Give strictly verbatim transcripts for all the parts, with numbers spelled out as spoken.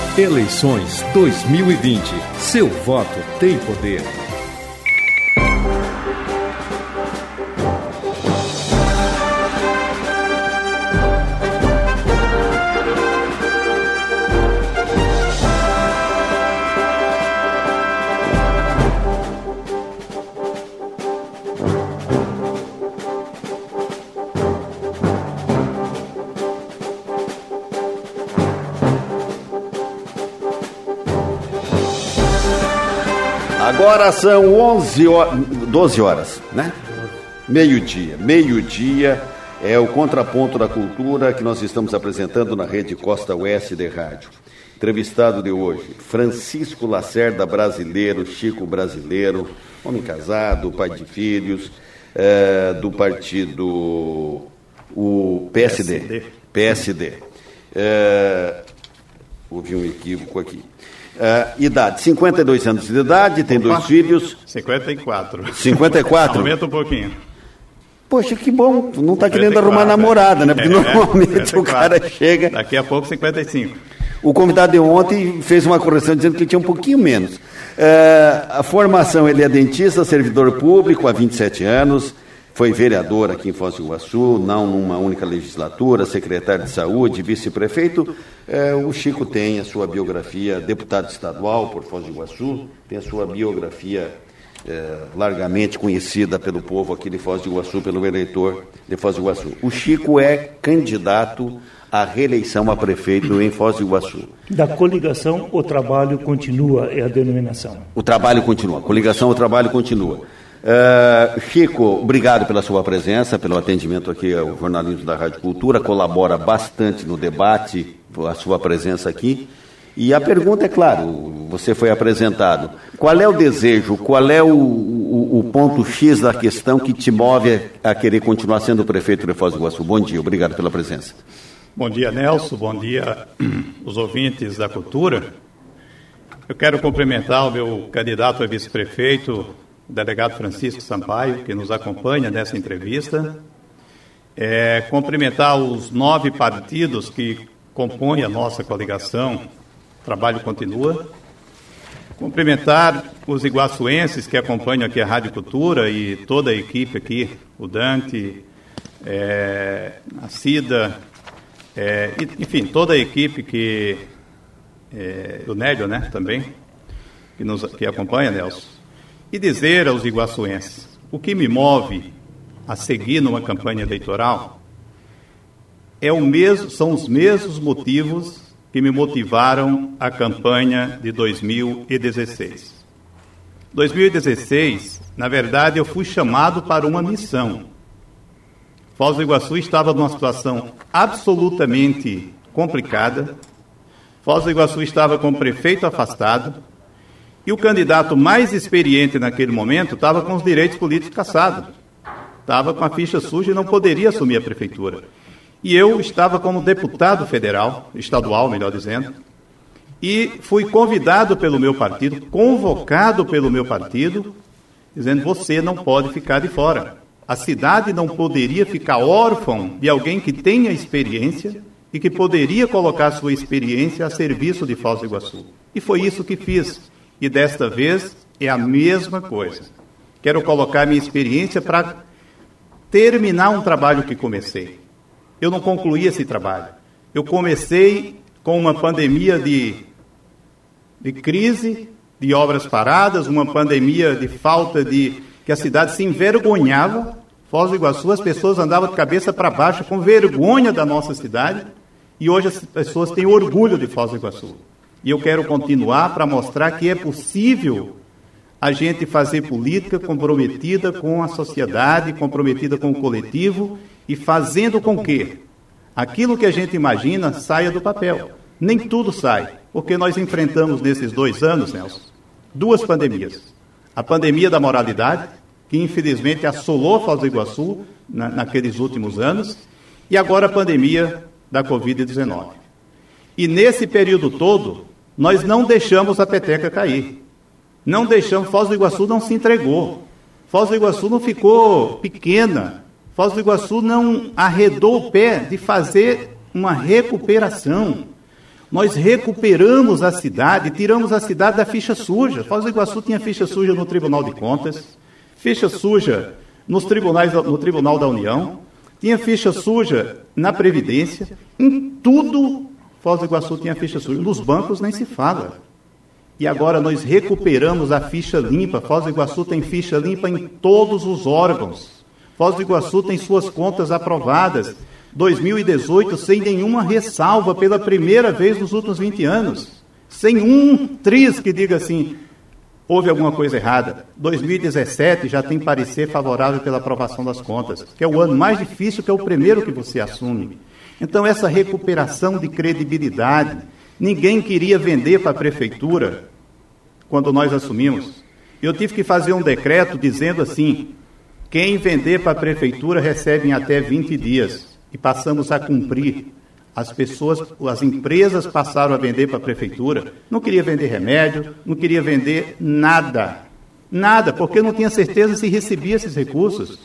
Eleições dois mil e vinte. Seu voto tem poder. Agora são onze horas, doze horas, né? Meio-dia. Meio-dia é o Contraponto da Cultura que nós estamos apresentando na Rede Costa Oeste de Rádio. Entrevistado de hoje, Francisco Lacerda Brasileiro, Chico Brasileiro, homem casado, pai de filhos, é, do partido o P S D. P S D. É, houve um equívoco aqui. Uh, idade, cinquenta e dois anos de idade, tem Opa, dois filhos. cinquenta e quatro. cinquenta e quatro? Aumenta um pouquinho. Poxa, que bom, não está querendo arrumar namorada, né? Porque é, normalmente o cara chega... Daqui a pouco cinquenta e cinco. O convidado de ontem fez uma correção dizendo que ele tinha um pouquinho menos. Uh, a formação, ele é dentista, servidor público há vinte e sete anos, foi vereador aqui em Foz do Iguaçu, não numa única legislatura, secretário de saúde, vice-prefeito. É, o Chico tem a sua biografia, deputado estadual por Foz do Iguaçu, tem a sua biografia é, largamente conhecida pelo povo aqui de Foz do Iguaçu, pelo eleitor de Foz do Iguaçu. O Chico é candidato à reeleição a prefeito em Foz do Iguaçu. Da coligação, o trabalho continua, é a denominação. O trabalho continua, a coligação, o trabalho continua. Uh, Chico, obrigado pela sua presença, pelo atendimento aqui ao jornalismo da Rádio Cultura, colabora bastante no debate, a sua presença aqui. E a pergunta é, claro, você foi apresentado. Qual é o desejo, qual é o, o, o ponto X da questão que te move a, a querer continuar sendo prefeito de Foz do Iguaçu? Bom dia, obrigado pela presença. Bom dia, Nelson, bom dia os ouvintes da Cultura. Eu quero cumprimentar o meu candidato a vice-prefeito, o delegado Francisco Sampaio, que nos acompanha nessa entrevista. É, cumprimentar os nove partidos que compõem a nossa coligação, o trabalho continua. Cumprimentar os iguaçuenses que acompanham aqui a Rádio Cultura e toda a equipe aqui, o Dante, é, a Cida, é, enfim, toda a equipe que, é, o Nélio, né, também, que, nos, que acompanha, Nelson. E dizer aos iguaçuenses, o que me move a seguir numa campanha eleitoral é o mesmo, são os mesmos motivos que me motivaram a campanha de dois mil e dezesseis. dois mil e dezesseis, na verdade, eu fui chamado para uma missão. Foz do Iguaçu estava numa situação absolutamente complicada. Foz do Iguaçu estava com o prefeito afastado. E o candidato mais experiente naquele momento estava com os direitos políticos cassados. Estava com a ficha suja e não poderia assumir a prefeitura. E eu estava como deputado federal, estadual, melhor dizendo, e fui convidado pelo meu partido, convocado pelo meu partido, dizendo: você não pode ficar de fora. A cidade não poderia ficar órfã de alguém que tenha experiência e que poderia colocar sua experiência a serviço de Foz do Iguaçu. E foi isso que fiz. E desta vez é a mesma coisa. Quero colocar minha experiência para terminar um trabalho que comecei. Eu não concluí esse trabalho. Eu comecei com uma pandemia de, de crise, de obras paradas, uma pandemia de falta de... que a cidade se envergonhava. Foz do Iguaçu, as pessoas andavam de cabeça para baixo com vergonha da nossa cidade. E hoje as pessoas têm orgulho de Foz do Iguaçu. E eu quero continuar para mostrar que é possível a gente fazer política comprometida com a sociedade, comprometida com o coletivo e fazendo com que aquilo que a gente imagina saia do papel. Nem tudo sai, porque nós enfrentamos nesses dois anos, Nelson, duas pandemias. A pandemia da moralidade, que infelizmente assolou Foz do Iguaçu na, naqueles últimos anos, e agora a pandemia da covid dezenove. E nesse período todo, nós não deixamos a peteca cair. Não deixamos, Foz do Iguaçu não se entregou. Foz do Iguaçu não ficou pequena. Foz do Iguaçu não arredou o pé de fazer uma recuperação. Nós recuperamos a cidade, tiramos a cidade da ficha suja. Foz do Iguaçu tinha ficha suja no Tribunal de Contas, ficha suja nos tribunais, no Tribunal da União, tinha ficha suja na Previdência, em tudo Foz do Iguaçu tinha ficha suja. Nos bancos nem se fala. E agora nós recuperamos a ficha limpa. Foz do Iguaçu tem ficha limpa em todos os órgãos. Foz do Iguaçu tem suas contas aprovadas. dois mil e dezoito, sem nenhuma ressalva, pela primeira vez nos últimos vinte anos. Sem um triz que diga assim, houve alguma coisa errada. dois mil e dezessete já tem parecer favorável pela aprovação das contas, que é o ano mais difícil, que é o primeiro que você assume. Então, essa recuperação de credibilidade, ninguém queria vender para a prefeitura quando nós assumimos. Eu tive que fazer um decreto dizendo assim, quem vender para a prefeitura recebe em até vinte dias. E passamos a cumprir. As pessoas, as empresas passaram a vender para a prefeitura. Não queria vender remédio, não queria vender nada. Nada, porque não tinha certeza se recebia esses recursos.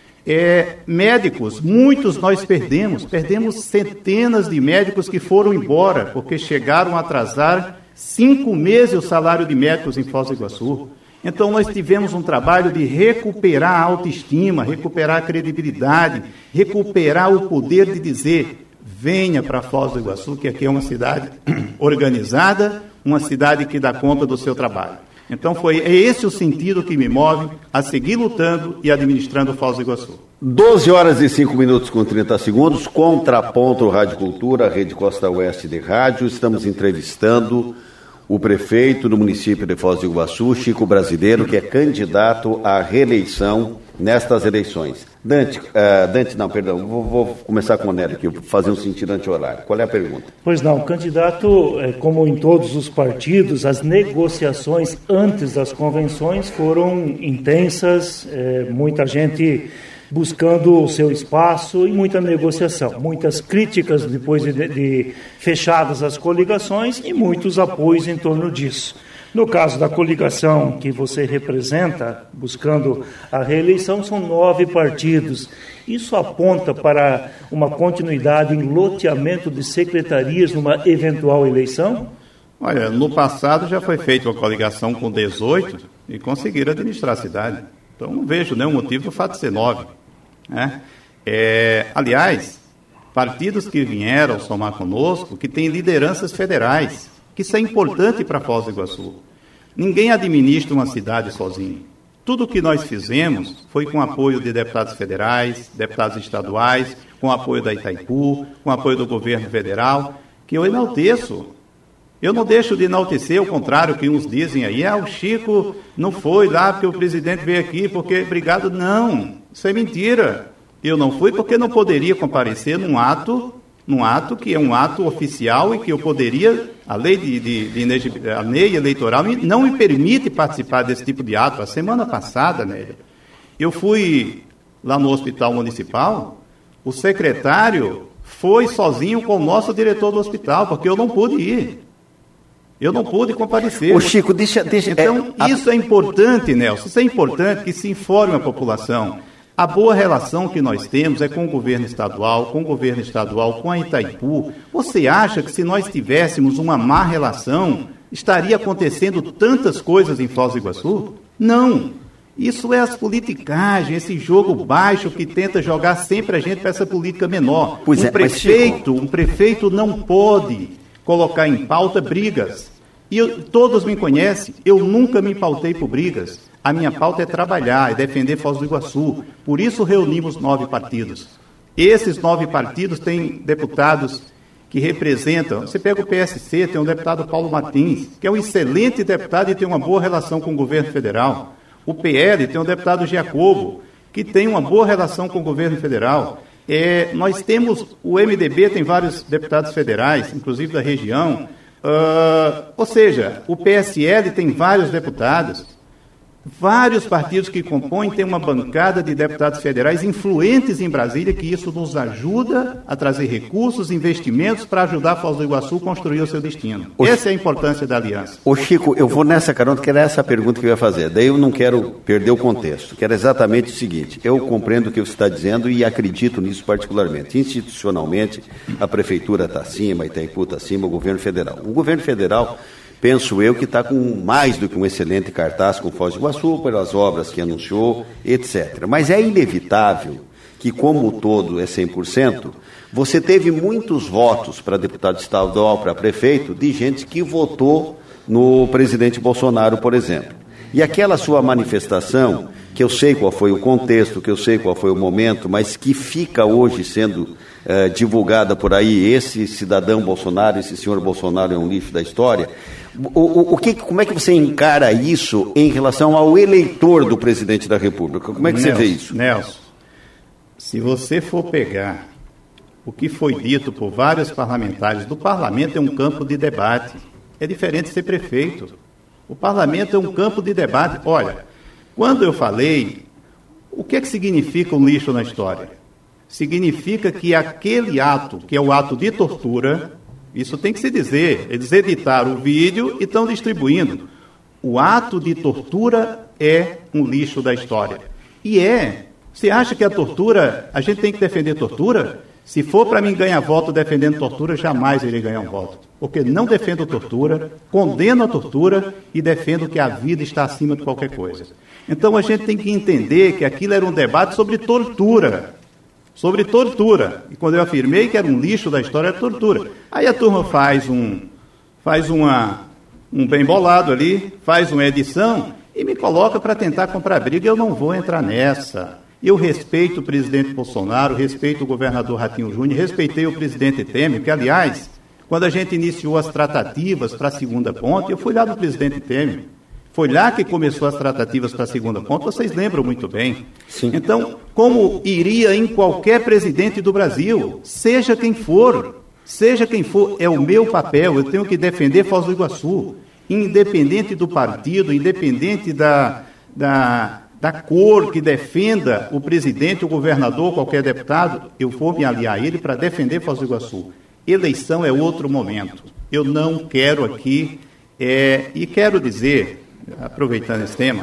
É, médicos, muitos nós perdemos. Perdemos centenas de médicos que foram embora, porque chegaram a atrasar cinco meses o salário de médicos em Foz do Iguaçu. Então, nós tivemos um trabalho de recuperar a autoestima, recuperar a credibilidade, recuperar o poder de dizer, venha para Foz do Iguaçu, que aqui é uma cidade organizada, uma cidade que dá conta do seu trabalho. Então, foi, é esse o sentido que me move a seguir lutando e administrando Foz do Iguaçu. doze horas e cinco minutos com trinta segundos, Contraponto Rádio Cultura, Rede Costa Oeste de Rádio. Estamos entrevistando o prefeito do município de Foz do Iguaçu, Chico Brasileiro, que é candidato à reeleição nestas eleições. Dante, uh, Dante não, perdão, vou, vou começar com o Nélio aqui, fazer um sentido anti-horário. Qual é a pergunta? Pois não, candidato, como em todos os partidos, as negociações antes das convenções foram intensas, é, muita gente buscando o seu espaço e muita negociação, muitas críticas depois de, de fechadas as coligações e muitos apoios em torno disso. No caso da coligação que você representa, buscando a reeleição, são nove partidos. Isso aponta para uma continuidade em loteamento de secretarias numa eventual eleição? Olha, no passado já foi feita uma coligação com dezoito e conseguiram administrar a cidade. Então não vejo nenhum motivo do fato de ser nove. Né? É, aliás, partidos que vieram somar conosco, que têm lideranças federais, que isso é importante para Foz do Iguaçu. Ninguém administra uma cidade sozinho. Tudo o que nós fizemos foi com apoio de deputados federais, deputados estaduais, com apoio da Itaipu, com apoio do governo federal, que eu enalteço. Eu não deixo de enaltecer, ao contrário que uns dizem aí, ah, o Chico não foi lá porque o presidente veio aqui, porque obrigado. Não, isso é mentira. Eu não fui porque não poderia comparecer num ato, num ato que é um ato oficial e que eu poderia, a lei, de, de, de, a lei eleitoral não me permite participar desse tipo de ato. A semana passada, né, eu fui lá no hospital municipal, o secretário foi sozinho com o nosso diretor do hospital, porque eu não pude ir. Eu não pude comparecer. Ô Chico, deixa... deixa então, é, isso a... é importante, Nelson, isso é importante que se informe a população. A boa relação que nós temos é com o governo estadual, com o governo estadual, com a Itaipu. Você acha que se nós tivéssemos uma má relação, estaria acontecendo tantas coisas em Foz do Iguaçu? Não. Isso é as politicagens, esse jogo baixo que tenta jogar sempre a gente para essa política menor. Pois um é, prefeito, mas, um prefeito não pode colocar em pauta brigas. E eu, todos me conhecem, eu nunca me pautei por brigas. A minha pauta é trabalhar, é defender Foz do Iguaçu. Por isso reunimos nove partidos. Esses nove partidos têm deputados que representam... Você pega o P S C, tem o deputado Paulo Martins, que é um excelente deputado e tem uma boa relação com o governo federal. O P L tem o deputado Giacobo, que tem uma boa relação com o governo federal. É, nós temos, o M D B tem vários deputados federais, inclusive da região. Uh, ou seja, o P S L tem vários deputados. Vários partidos que compõem têm uma bancada de deputados federais influentes em Brasília, que isso nos ajuda a trazer recursos, investimentos para ajudar a Foz do Iguaçu a construir o seu destino. O Essa é a importância da aliança. Ô Chico, eu vou nessa carona, que era essa a pergunta que eu ia fazer. Daí eu não quero perder o contexto, que era exatamente o seguinte: eu compreendo o que você está dizendo e acredito nisso particularmente. Institucionalmente, a Prefeitura está acima, Itaipu está acima, o governo federal. O governo federal, penso eu, que está com mais do que um excelente cartaz com Foz do Iguaçu, pelas obras que anunciou, etcétera. Mas é inevitável que, como o todo é cem por cento, você teve muitos votos para deputado estadual, para prefeito, de gente que votou no presidente Bolsonaro, por exemplo. E aquela sua manifestação, que eu sei qual foi o contexto, que eu sei qual foi o momento, mas que fica hoje sendo eh, divulgada por aí, esse cidadão Bolsonaro, esse senhor Bolsonaro é um lixo da história. O, o, o que, como é que você encara isso em relação ao eleitor do presidente da República? Como é que Nelson, você vê isso? Nelson, se você for pegar o que foi dito por vários parlamentares, do parlamento é um campo de debate. É diferente de ser prefeito. O parlamento é um campo de debate. Olha, quando eu falei, o que é que significa um lixo na história? Significa que aquele ato, que é o ato de tortura, isso tem que se dizer, eles editaram o vídeo e estão distribuindo. O ato de tortura é um lixo da história. E é. Você acha que a tortura, a gente tem que defender tortura? Se for para mim ganhar voto defendendo tortura, jamais irei ganhar um voto. Porque não defendo tortura, condeno a tortura e defendo que a vida está acima de qualquer coisa. Então a gente tem que entender que aquilo era um debate sobre tortura. Sobre tortura. E quando eu afirmei que era um lixo da história, era tortura. Aí a turma faz um, faz uma, um bem bolado ali, faz uma edição e me coloca para tentar comprar briga. Eu não vou entrar nessa. Eu respeito o presidente Bolsonaro, respeito o governador Ratinho Júnior, respeitei o presidente Temer, que, aliás, quando a gente iniciou as tratativas para a segunda ponte, eu fui lá do presidente Temer. Foi lá que começou as tratativas para a segunda ponte, vocês lembram muito bem. Sim. Então, como iria em qualquer presidente do Brasil, seja quem for, seja quem for, é o meu papel, eu tenho que defender Foz do Iguaçu, independente do partido, independente da... da da cor que defenda o presidente, o governador, qualquer deputado, eu vou me aliar a ele para defender Foz do Iguaçu. Eleição é outro momento. Eu não quero aqui, é, e quero dizer, aproveitando esse tema,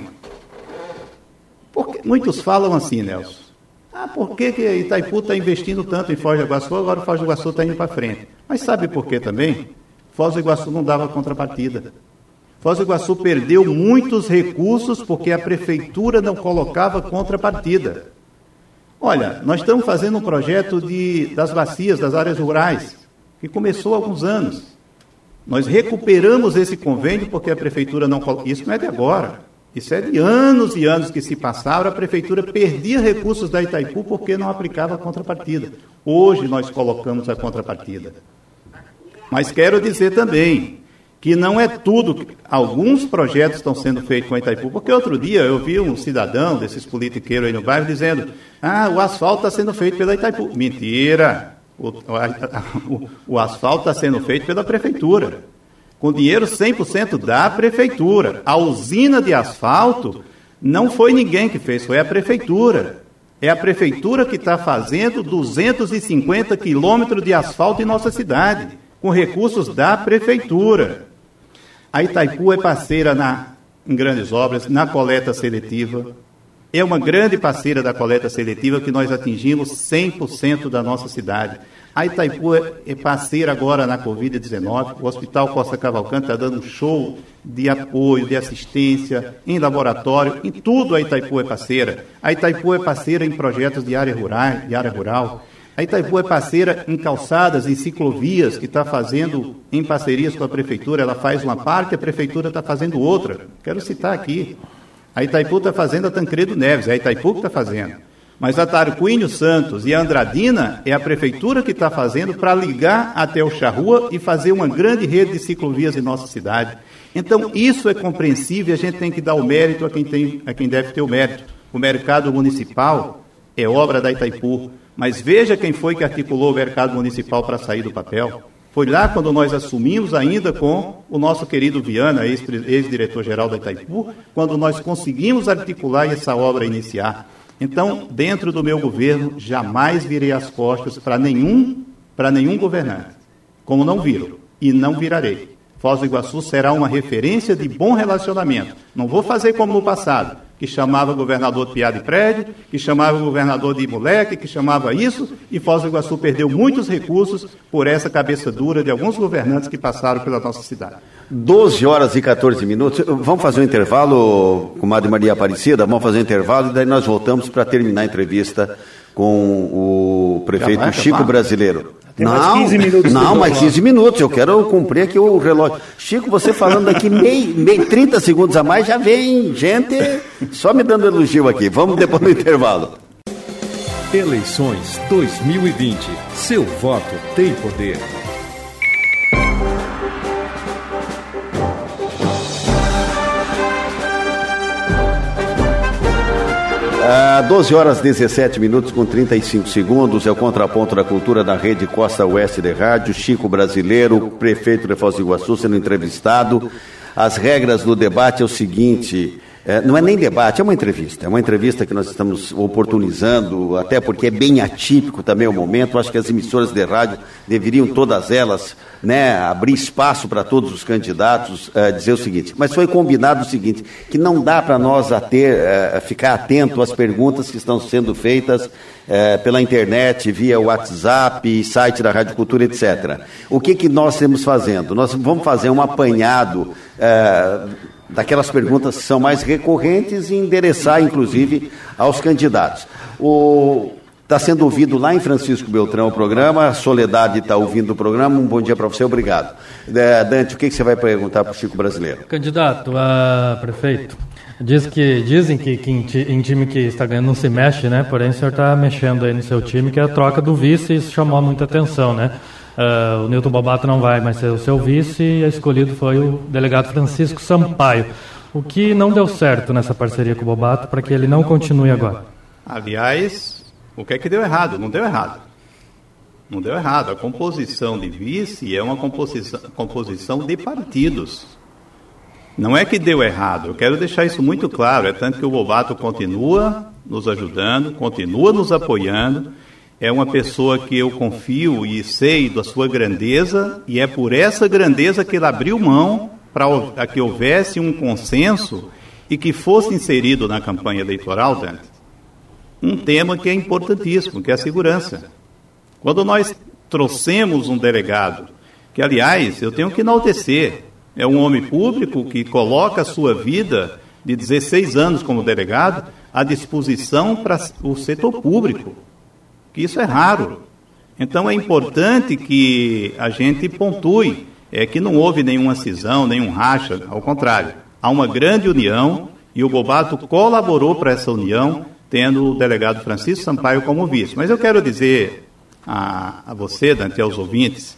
porque muitos falam assim, Nelson, ah, por que, que Itaipu está investindo tanto em Foz do Iguaçu, agora o Foz do Iguaçu está indo para frente? Mas sabe por que também? Foz do Iguaçu não dava contrapartida. Foz do Iguaçu perdeu muitos recursos porque a prefeitura não colocava contrapartida. Olha, nós estamos fazendo um projeto de, das bacias, das áreas rurais, que começou há alguns anos. Nós recuperamos esse convênio porque a prefeitura não colocou. Isso não é de agora. Isso é de anos e anos que se passaram. A prefeitura perdia recursos da Itaipu porque não aplicava a contrapartida. Hoje nós colocamos a contrapartida. Mas quero dizer também que não é tudo, alguns projetos estão sendo feitos com a Itaipu, porque outro dia eu vi um cidadão desses politiqueiros aí no bairro dizendo, ah, o asfalto está sendo feito pela Itaipu. Mentira, o, o, o asfalto está sendo feito pela prefeitura, com dinheiro cem por cento da prefeitura. A usina de asfalto não foi ninguém que fez, foi a prefeitura. É a prefeitura que está fazendo duzentos e cinquenta quilômetros de asfalto em nossa cidade, com recursos da prefeitura. A Itaipu é parceira na, em grandes obras, na coleta seletiva. É uma grande parceira da coleta seletiva que nós atingimos cem por cento da nossa cidade. A Itaipu é, é parceira agora na covid dezenove. O Hospital Costa Cavalcante está dando um show de apoio, de assistência, em laboratório. Em tudo a Itaipu é parceira. A Itaipu é parceira em projetos de área rural. De área rural. A Itaipu é parceira em calçadas, em ciclovias, que está fazendo em parcerias com a prefeitura. Ela faz uma parte, a prefeitura está fazendo outra. Quero citar aqui. A Itaipu está fazendo a Tancredo Neves, é a Itaipu que está fazendo. Mas a Tarquínio Santos e a Andradina é a prefeitura que está fazendo para ligar até o Charrua e fazer uma grande rede de ciclovias em nossa cidade. Então, isso é compreensível e a gente tem que dar o mérito a quem, tem, a quem deve ter o mérito. O mercado municipal é obra da Itaipu. Mas veja quem foi que articulou o mercado municipal para sair do papel. Foi lá quando nós assumimos ainda com o nosso querido Viana, ex-diretor-geral da Itaipu, quando nós conseguimos articular essa obra iniciar. Então, dentro do meu governo, jamais virei as costas para nenhum, para nenhum governante, como não viro, e não virarei. Foz do Iguaçu será uma referência de bom relacionamento. Não vou fazer como no passado, que chamava governador de piada e prédio, que chamava governador de moleque, que chamava isso, e Foz do Iguaçu perdeu muitos recursos por essa cabeça dura de alguns governantes que passaram pela nossa cidade. doze horas e quatorze minutos. Vamos fazer um intervalo, comadre Maria Aparecida? Vamos fazer um intervalo e daí nós voltamos para terminar a entrevista com o prefeito vai, Chico vai. Brasileiro. Tem não, mais quinze minutos. Não, mais quinze minutos. Eu quero cumprir aqui o relógio. Chico, você falando aqui meio, meio trinta segundos a mais, já vem gente só me dando elogio aqui. Vamos depois do intervalo. Eleições dois mil e vinte. Seu voto tem poder. Ah, doze horas e dezessete minutos com trinta e cinco segundos, é o contraponto da cultura da rede Costa Oeste de Rádio. Chico Brasileiro, prefeito de Foz do Iguaçu, sendo entrevistado. As regras do debate é o seguinte, é, não é nem debate, é uma entrevista. É uma entrevista que nós estamos oportunizando, até porque é bem atípico também o momento. Acho que as emissoras de rádio deveriam todas elas, né, abrir espaço para todos os candidatos, uh, dizer o seguinte, mas foi combinado o seguinte, que não dá para nós a ter, uh, ficar atento às perguntas que estão sendo feitas uh, pela internet, via WhatsApp, site da Rádio Cultura, etcétera. O que, que nós estamos fazendo? Nós vamos fazer um apanhado uh, daquelas perguntas que são mais recorrentes e endereçar, inclusive, aos candidatos. O... Está sendo ouvido lá em Francisco Beltrão o programa, a Soledade está ouvindo o programa, um bom dia para você, obrigado. É, Dante, o que, que você vai perguntar para o Chico Brasileiro? Candidato a prefeito, diz que, dizem que, que em, em time que está ganhando não se mexe, né? Porém o senhor está mexendo aí no seu time, que é a troca do vice, e isso chamou muita atenção, né? Uh, o Newton Bobato não vai mais ser o seu vice, e escolhido foi o delegado Francisco Sampaio. O que não deu certo nessa parceria com o Bobato para que ele não continue agora? Aliás... O que é que deu errado? Não deu errado. Não deu errado. A composição de vice é uma composição, composição de partidos. Não é que deu errado. Eu quero deixar isso muito claro. É tanto que o Bobato continua nos ajudando, continua nos apoiando. É uma pessoa que eu confio e sei da sua grandeza, e é por essa grandeza que ele abriu mão para que houvesse um consenso e que fosse inserido na campanha eleitoral, Dante, um tema que é importantíssimo, que é a segurança. Quando nós trouxemos um delegado, que, aliás, eu tenho que enaltecer, é um homem público que coloca a sua vida de dezesseis anos como delegado à disposição para o setor público, que isso é raro. Então é importante que a gente pontue, é que não houve nenhuma cisão, nenhum racha, ao contrário. Há uma grande união e o Bobato colaborou para essa união, tendo o delegado Francisco Sampaio como vice. Mas eu quero dizer a, a você, Dante, e aos ouvintes,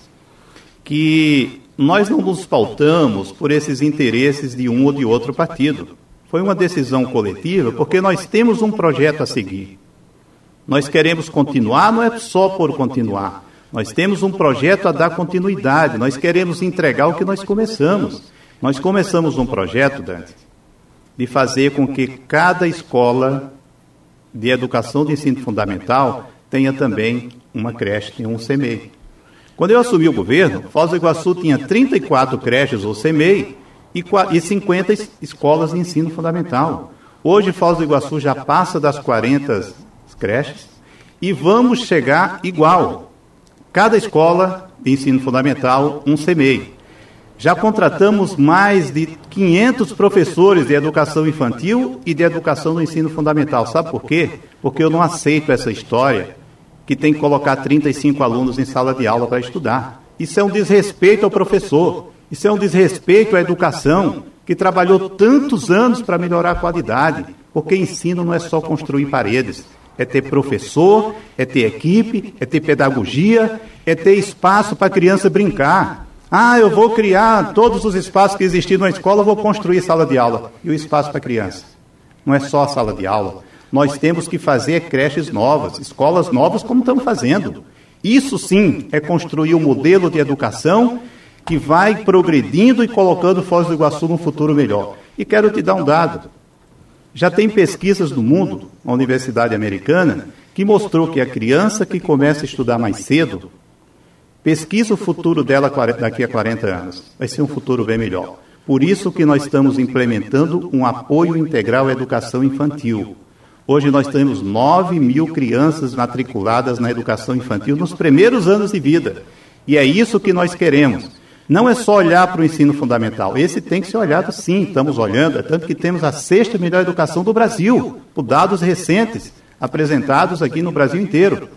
que nós não nos pautamos por esses interesses de um ou de outro partido. Foi uma decisão coletiva, porque nós temos um projeto a seguir. Nós queremos continuar, não é só por continuar. Nós temos um projeto a dar continuidade, nós queremos entregar o que nós começamos. Nós começamos um projeto, Dante, de fazer com que cada escola de educação de ensino fundamental tenha também uma creche, tenha um C M E I. Quando eu assumi o governo, Foz do Iguaçu tinha trinta e quatro creches ou C M E I e cinquenta escolas de ensino fundamental. Hoje, Foz do Iguaçu já passa das quarenta creches e vamos chegar igual. Cada escola de ensino fundamental, um C M E I. Já contratamos mais de quinhentos professores de educação infantil e de educação do ensino fundamental. Sabe por quê? Porque eu não aceito essa história que tem que colocar trinta e cinco alunos em sala de aula para estudar. Isso é um desrespeito ao professor. Isso é um desrespeito à educação, que trabalhou tantos anos para melhorar a qualidade. Porque ensino não é só construir paredes. É ter professor, é ter equipe, é ter pedagogia, é ter espaço para a criança brincar. Ah, eu vou criar todos os espaços que existiam na escola, vou construir sala de aula. E o espaço para a criança? Não é só a sala de aula. Nós temos que fazer creches novas, escolas novas, como estamos fazendo. Isso sim é construir um modelo de educação que vai progredindo e colocando Foz do Iguaçu num futuro melhor. E quero te dar um dado. Já tem pesquisas no mundo, uma universidade americana, que mostrou que a criança que começa a estudar mais cedo, pesquisa o futuro dela daqui a quarenta anos. Vai ser um futuro bem melhor. Por isso que nós estamos implementando um apoio integral à educação infantil. Hoje nós temos nove mil crianças matriculadas na educação infantil nos primeiros anos de vida. E é isso que nós queremos. Não é só olhar para o ensino fundamental. Esse tem que ser olhado sim, estamos olhando. É tanto que temos a sexta melhor educação do Brasil, por dados recentes, apresentados aqui no Brasil inteiro.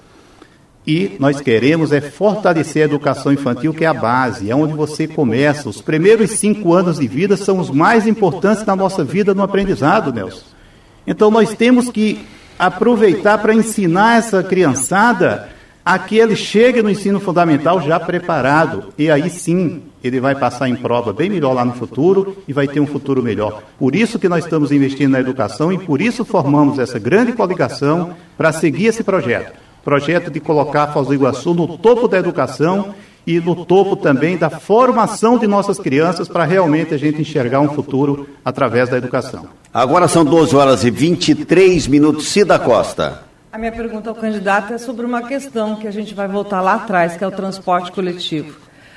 E nós queremos é fortalecer a educação infantil, que é a base, é onde você começa. Os primeiros cinco anos de vida são os mais importantes na nossa vida no aprendizado, Nelson. Então nós temos que aproveitar para ensinar essa criançada a que ele chegue no ensino fundamental já preparado. E aí sim, ele vai passar em prova bem melhor lá no futuro e vai ter um futuro melhor. Por isso que nós estamos investindo na educação e por isso formamos essa grande coligação para seguir esse projeto. Projeto de colocar Foz do Iguaçu no topo da educação e no topo também da formação de nossas crianças para realmente a gente enxergar um futuro através da educação. Agora são doze horas e vinte e três minutos. Cida Costa. A minha pergunta ao candidato é sobre uma questão que a gente vai voltar lá atrás, que é o transporte coletivo.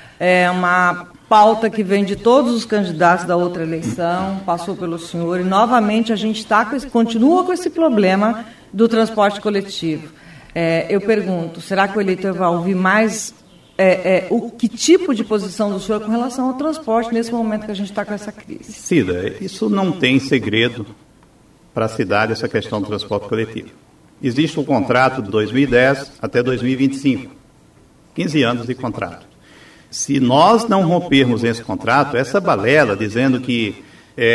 É uma pauta que vem de todos os candidatos da outra eleição, passou pelo senhor, e novamente a gente tá com esse, continua com esse problema do transporte coletivo. É, eu pergunto, será que o eleitor vai ouvir mais é, é, o que tipo de posição do senhor com relação ao transporte nesse momento que a gente está com essa crise? Cida, isso não tem segredo para a cidade, essa questão do transporte coletivo. Existe um contrato de dois mil e dez até dois mil e vinte e cinco, quinze anos de contrato. Se nós não rompermos esse contrato, essa balela dizendo que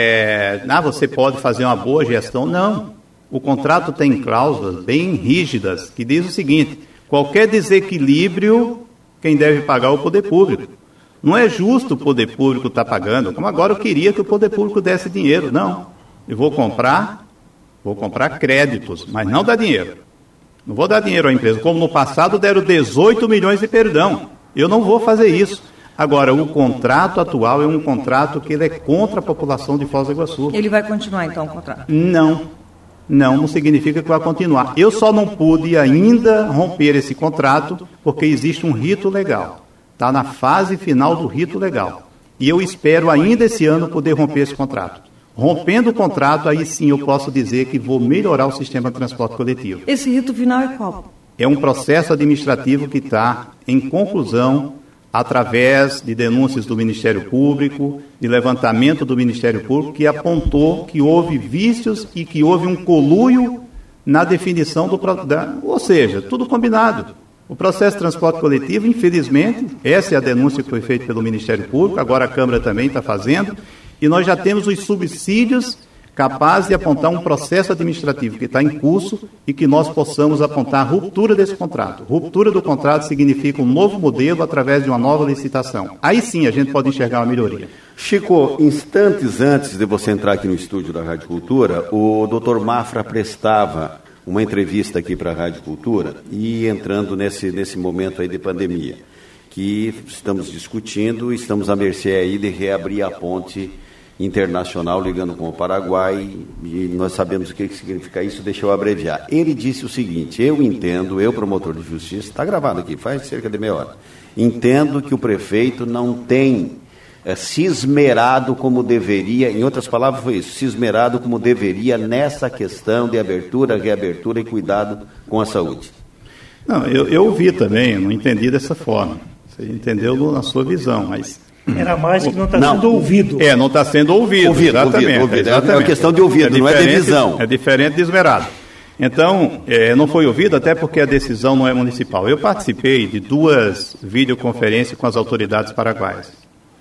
é, ah, você pode fazer uma boa gestão, não. O contrato tem cláusulas bem rígidas que diz o seguinte: qualquer desequilíbrio, quem deve pagar é o poder público. Não é justo o poder público estar pagando, como agora eu queria que o poder público desse dinheiro. Não, eu vou comprar, vou comprar créditos, mas não dá dinheiro. Não vou dar dinheiro à empresa, como no passado deram dezoito milhões de perdão. Eu não vou fazer isso. Agora, o contrato atual é um contrato que ele é contra a população de Foz do Iguaçu. Ele vai continuar, então, o contrato? Não. Não, não significa que vai continuar. Eu só não pude ainda romper esse contrato porque existe um rito legal. Está na fase final do rito legal. E eu espero ainda esse ano poder romper esse contrato. Rompendo o contrato, aí sim eu posso dizer que vou melhorar o sistema de transporte coletivo. Esse rito final é qual? É um processo administrativo que está em conclusão através de denúncias do Ministério Público, de levantamento do Ministério Público, que apontou que houve vícios e que houve um conluio na definição do... Da, ou seja, tudo combinado. O processo de transporte coletivo, infelizmente, essa é a denúncia que foi feita pelo Ministério Público, agora a Câmara também está fazendo, e nós já temos os subsídios capazes de apontar um processo administrativo que está em curso e que nós possamos apontar a ruptura desse contrato. Ruptura do contrato significa um novo modelo através de uma nova licitação. Aí sim a gente pode enxergar uma melhoria. Chico, instantes antes de você entrar aqui no estúdio da Rádio Cultura, o doutor Mafra prestava uma entrevista aqui para a Rádio Cultura e entrando nesse, nesse momento aí de pandemia, que estamos discutindo, estamos à mercê aí de reabrir a ponte internacional ligando com o Paraguai, e nós sabemos o que significa isso, deixa eu abreviar. Ele disse o seguinte: eu entendo, eu promotor de justiça, está gravado aqui, faz cerca de meia hora, entendo que o prefeito não tem é, se esmerado como deveria, em outras palavras foi isso, se esmerado como deveria nessa questão de abertura, reabertura e cuidado com a saúde. Não, eu, eu ouvi também, não entendi dessa forma, você entendeu na sua visão, mas... Era mais que não está sendo ouvido. É, não está sendo ouvido. Ouvido, exatamente, ouvido, ouvido. exatamente. É uma questão de ouvido, é não é de visão. É diferente de esmerado. Então, é, não foi ouvido até porque a decisão não é municipal. Eu participei de duas videoconferências com as autoridades paraguaias.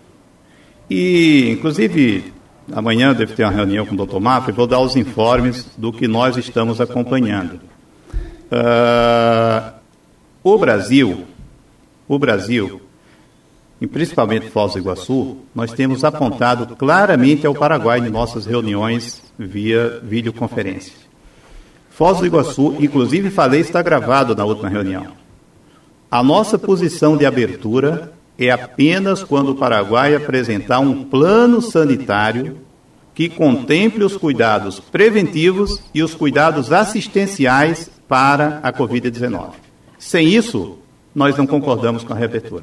E, inclusive, amanhã eu devo ter uma reunião com o doutor Mafra e vou dar os informes do que nós estamos acompanhando. Uh, o Brasil, o Brasil... e principalmente Foz do Iguaçu, nós temos apontado claramente ao Paraguai em nossas reuniões via videoconferência. Foz do Iguaçu, inclusive falei, está gravado na última reunião. A nossa posição de abertura é apenas quando o Paraguai apresentar um plano sanitário que contemple os cuidados preventivos e os cuidados assistenciais para a covid dezenove. Sem isso, nós não concordamos com a reabertura.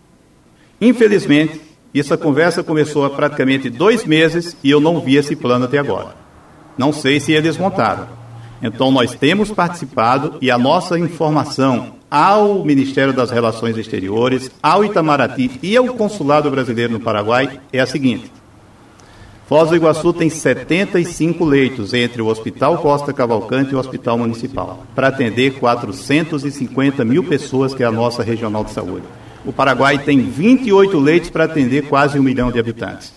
Infelizmente, essa conversa começou há praticamente dois meses e eu não vi esse plano até agora. Não sei se eles montaram. Então, nós temos participado e a nossa informação ao Ministério das Relações Exteriores, ao Itamaraty e ao Consulado Brasileiro no Paraguai é a seguinte. Foz do Iguaçu tem setenta e cinco leitos entre o Hospital Costa Cavalcante e o Hospital Municipal, para atender quatrocentas e cinquenta mil pessoas, que é a nossa regional de saúde. O Paraguai tem vinte e oito leitos para atender quase um milhão de habitantes.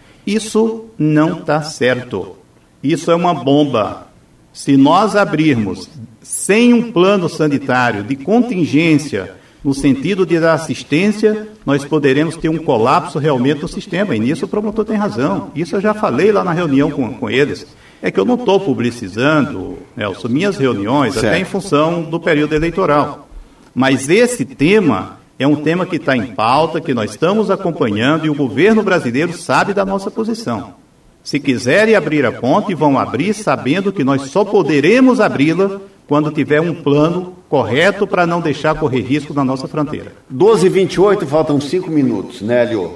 Isso não está certo. Isso é uma bomba. Se nós abrirmos sem um plano sanitário de contingência, no sentido de dar assistência, nós poderemos ter um colapso realmente no sistema. E nisso o promotor tem razão. Isso eu já falei lá na reunião com, com eles. É que eu não estou publicizando, Nelson, minhas reuniões, certo, até em função do período eleitoral. Mas esse tema é um tema que está em pauta, que nós estamos acompanhando e o governo brasileiro sabe da nossa posição. Se quiserem abrir a ponte, vão abrir sabendo que nós só poderemos abri-la quando tiver um plano correto para não deixar correr risco na nossa fronteira. doze e vinte e oito, faltam cinco minutos, Nélio.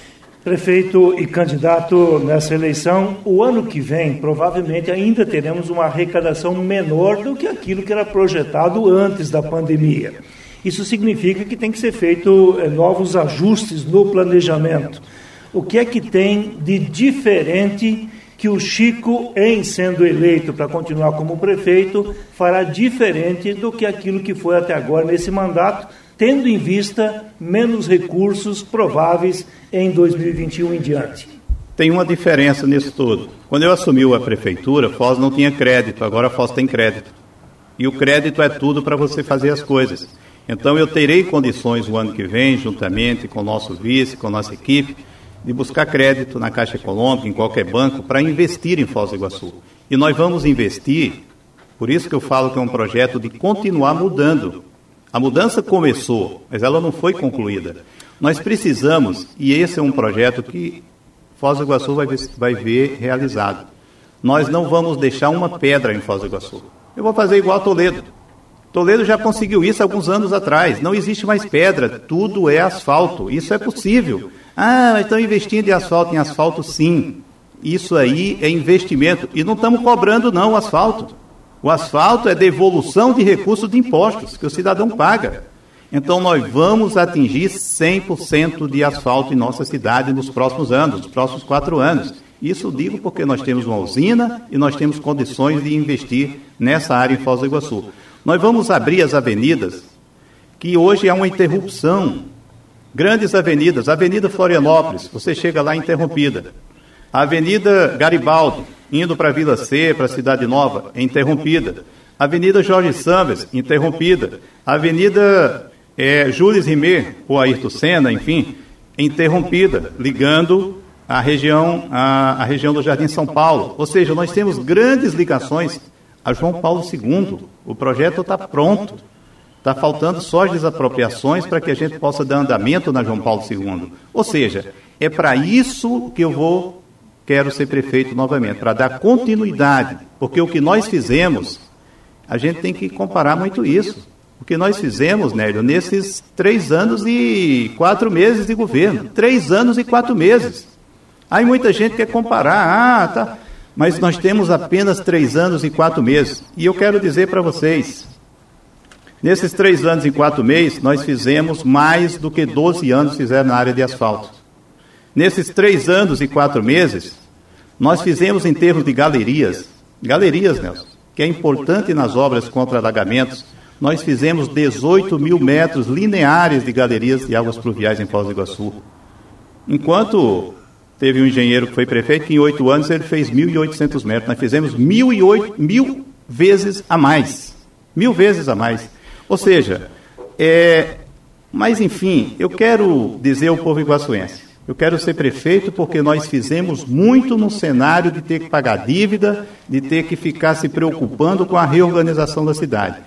Prefeito e candidato nessa eleição, o ano que vem, provavelmente ainda teremos uma arrecadação menor do que aquilo que era projetado antes da pandemia. Isso significa que tem que ser feito eh, novos ajustes no planejamento. O que é que tem de diferente que o Chico, em sendo eleito para continuar como prefeito, fará diferente do que aquilo que foi até agora nesse mandato, tendo em vista menos recursos prováveis em dois mil e vinte e um em diante? Tem uma diferença nisso tudo. Quando eu assumi a prefeitura, Foz não tinha crédito, agora Foz tem crédito. E o crédito é tudo para você fazer as coisas. Então eu terei condições o ano que vem, juntamente com o nosso vice, com a nossa equipe, de buscar crédito na Caixa Econômica, em qualquer banco, para investir em Foz do Iguaçu. E nós vamos investir, por isso que eu falo que é um projeto de continuar mudando. A mudança começou, mas ela não foi concluída. Nós precisamos, e esse é um projeto que Foz do Iguaçu vai ver, vai ver realizado. Nós não vamos deixar uma pedra em Foz do Iguaçu. Eu vou fazer igual a Toledo. Toledo já conseguiu isso alguns anos atrás. Não existe mais pedra, tudo é asfalto. Isso é possível. Ah, mas estão investindo em asfalto. Em asfalto, sim. Isso aí é investimento. E não estamos cobrando, não, o asfalto. O asfalto é devolução de recursos de impostos que o cidadão paga. Então, nós vamos atingir cem por cento de asfalto em nossa cidade nos próximos anos, nos próximos quatro anos. Isso eu digo porque nós temos uma usina e nós temos condições de investir nessa área em Foz do Iguaçu. Nós vamos abrir as avenidas, que hoje há uma interrupção. Grandes avenidas, a Avenida Florianópolis, você chega lá interrompida. A Avenida Garibaldi, indo para a Vila C, para a Cidade Nova, é interrompida. A Avenida Jorge Sambes, interrompida. A Avenida é, Jules Rimet, ou Ayrton Senna, enfim, interrompida, ligando a região, a, a região do Jardim São Paulo. Ou seja, nós temos grandes ligações a João Paulo segundo. O projeto está pronto. Está faltando só as desapropriações para que a gente possa dar andamento na João Paulo segundo. Ou seja, é para isso que eu vou, quero ser prefeito novamente, para dar continuidade. Porque o que nós fizemos, a gente tem que comparar muito isso. O que nós fizemos, Nélio, nesses três anos e quatro meses de governo. Três anos e quatro meses. Aí muita gente quer comparar, ah, tá. Mas nós temos apenas três anos e quatro meses. E eu quero dizer para vocês, nesses três anos e quatro meses, nós fizemos mais do que doze anos fizeram na área de asfalto. Nesses três anos e quatro meses, nós fizemos em termos de galerias, galerias, Nelson, que é importante nas obras contra alagamentos, nós fizemos dezoito mil metros lineares de galerias de águas pluviais em Foz do Iguaçu. Enquanto teve um engenheiro que foi prefeito, que em oito anos ele fez mil e oitocentos metros. Nós fizemos mil e oito, mil vezes a mais. Mil vezes a mais. Ou seja, é, mas enfim, eu quero dizer ao povo iguaçuense, eu quero ser prefeito porque nós fizemos muito no cenário de ter que pagar dívida, de ter que ficar se preocupando com a reorganização da cidade.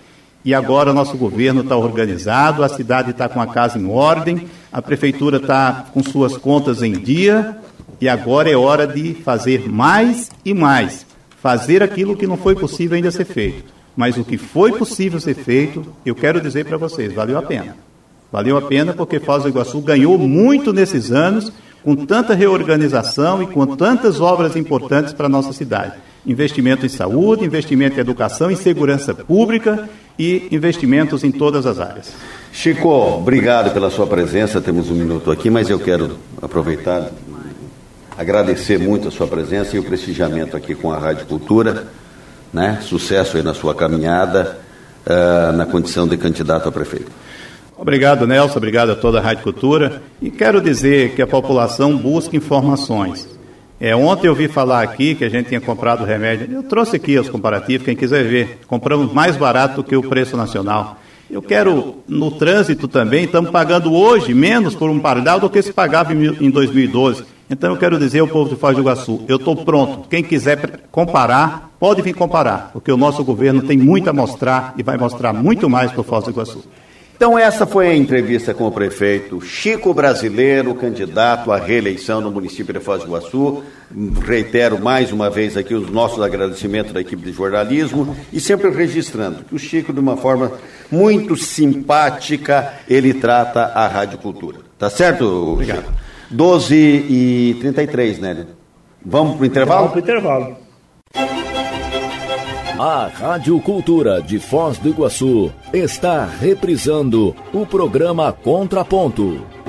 e agora nosso governo está organizado, a cidade está com a casa em ordem, a prefeitura está com suas contas em dia, e agora é hora de fazer mais e mais, fazer aquilo que não foi possível ainda ser feito. Mas o que foi possível ser feito, eu quero dizer para vocês, valeu a pena. Valeu a pena porque Foz do Iguaçu ganhou muito nesses anos, com tanta reorganização e com tantas obras importantes para a nossa cidade. Investimento em saúde, investimento em educação, em segurança pública e investimentos em todas as áreas. Chico, obrigado pela sua presença, temos um minuto aqui, mas eu quero aproveitar, agradecer muito a sua presença e o prestigiamento aqui com a Rádio Cultura, né? Sucesso aí na sua caminhada, uh, na condição de candidato a prefeito. Obrigado, Nelson, obrigado a toda a Rádio Cultura, e quero dizer que a população busca informações. É, ontem eu vi falar aqui que a gente tinha comprado remédio, eu trouxe aqui os comparativos, quem quiser ver, compramos mais barato do que o preço nacional. Eu quero, no trânsito também, estamos pagando hoje menos por um pardal do que se pagava em dois mil e doze. Então eu quero dizer ao povo de Foz do Iguaçu, eu estou pronto, quem quiser comparar, pode vir comparar, porque o nosso governo tem muito a mostrar e vai mostrar muito mais para o Foz do Iguaçu. Então essa foi a entrevista com o prefeito Chico Brasileiro, candidato à reeleição no município de Foz do Iguaçu. Reitero mais uma vez aqui os nossos agradecimentos da equipe de jornalismo e sempre registrando que o Chico, de uma forma muito simpática, ele trata a Rádio Cultura. Tá certo? Obrigado. doze e trinta e três, né? Vamos para o intervalo? Vamos para o intervalo. A Rádio Cultura de Foz do Iguaçu está reprisando o programa Contraponto.